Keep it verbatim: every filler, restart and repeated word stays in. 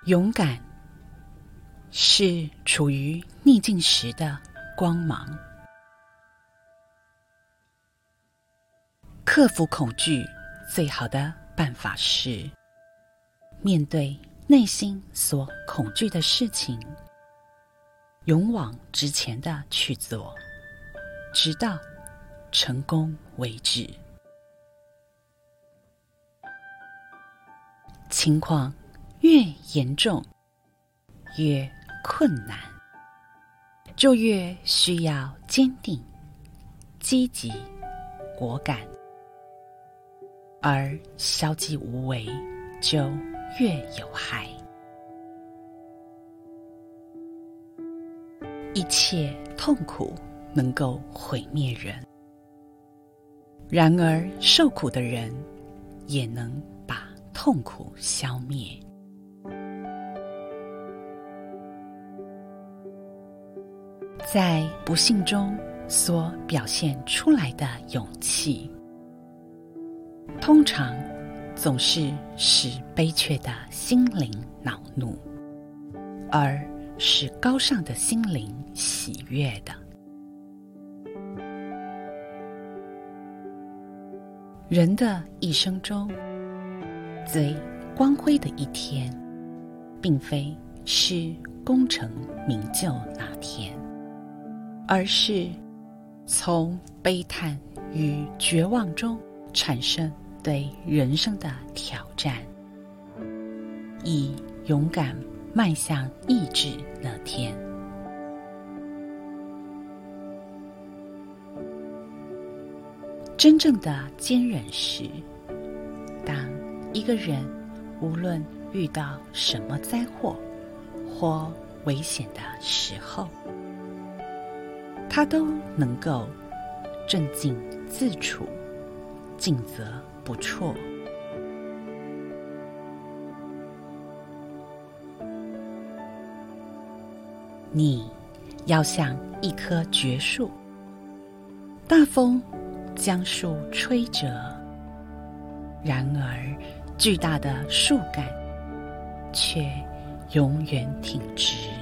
勇敢是处于逆境时的光芒。克服恐惧最好的办法是面对内心所恐惧的事情，勇往直前的去做，直到成功为止。情况越严重，越困难，就越需要坚定、积极、果敢，而消极无为就越有害。一切痛苦能够毁灭人，然而受苦的人也能把痛苦消灭。在不幸中所表现出来的勇气，通常总是使悲怯的心灵恼怒，而使高尚的心灵喜悦的。人的一生中，最光辉的一天，并非是功成名就那天，而是从悲叹与绝望中产生对人生的挑战，以勇敢迈向意志那天。真正的坚韧是，当一个人无论遇到什么灾祸或危险的时候，他都能够镇静自处，尽责不辍。你要像一棵绝树，大风将树吹折，然而巨大的树干却永远挺直。